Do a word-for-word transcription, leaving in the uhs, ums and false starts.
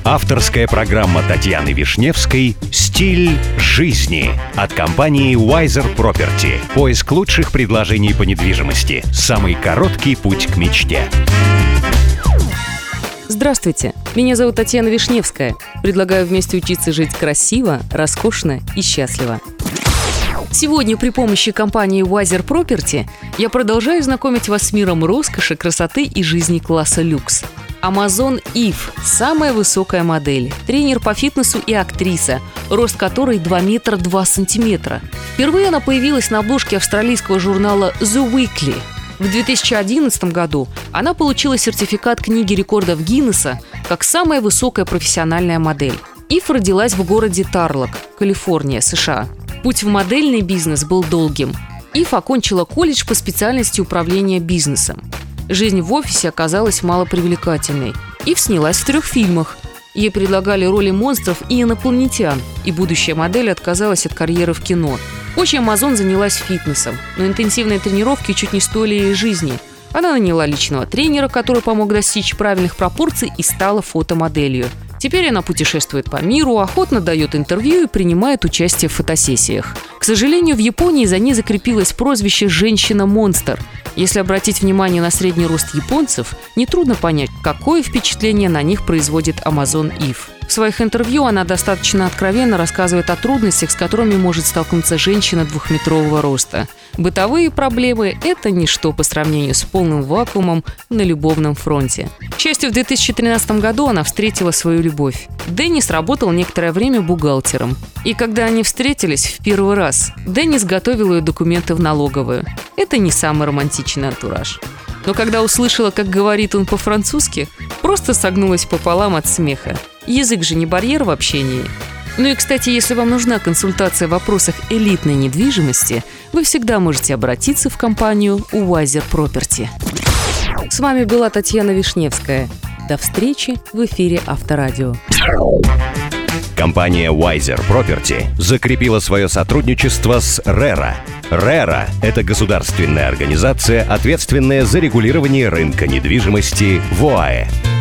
Авторская программа Татьяны Вишневской «Стиль жизни» от компании Wiser Property. Поиск лучших предложений по недвижимости. Самый короткий путь к мечте. Здравствуйте, меня зовут Татьяна Вишневская. Предлагаю вместе учиться жить красиво, роскошно и счастливо. Сегодня при помощи компании Wiser Property я продолжаю знакомить вас с миром роскоши, красоты и жизни класса люкс. Amazon Eve – самая высокая модель, тренер по фитнесу и актриса, рост которой два метра два сантиметра. Впервые она появилась на обложке австралийского журнала The Weekly. В две тысячи одиннадцатом году она получила сертификат книги рекордов Гиннесса как самая высокая профессиональная модель. Ив родилась в городе Тарлок, Калифорния, США. Путь в модельный бизнес был долгим. Ив окончила колледж по специальности управления бизнесом. Жизнь в офисе оказалась малопривлекательной. Ив снялась в трех фильмах. Ей предлагали роли монстров и инопланетян, и будущая модель отказалась от карьеры в кино. Позже Amazon занялась фитнесом, но интенсивные тренировки чуть не стоили ей жизни. Она наняла личного тренера, который помог достичь правильных пропорций, и стала фотомоделью. Теперь она путешествует по миру, охотно дает интервью и принимает участие в фотосессиях. К сожалению, в Японии за ней закрепилось прозвище «Женщина-монстр». Если обратить внимание на средний рост японцев, нетрудно понять, какое впечатление на них производит Amazon Eve. В своих интервью она достаточно откровенно рассказывает о трудностях, с которыми может столкнуться женщина двухметрового роста. Бытовые проблемы – это ничто по сравнению с полным вакуумом на любовном фронте. К счастью, в две тысячи тринадцатом году она встретила свою любовь. Деннис работал некоторое время бухгалтером. И когда они встретились в первый раз, Деннис готовил ее документы в налоговую. Это не самый романтичный антураж. Но когда услышала, как говорит он по-французски, просто согнулась пополам от смеха. Язык же не барьер в общении. Ну и, кстати, если вам нужна консультация в вопросах элитной недвижимости, вы всегда можете обратиться в компанию Wiser Property. С вами была Татьяна Вишневская. До встречи в эфире Авторадио. Компания Wiser Property закрепила свое сотрудничество с рера. рера – это государственная организация, ответственная за регулирование рынка недвижимости в ОАЭ.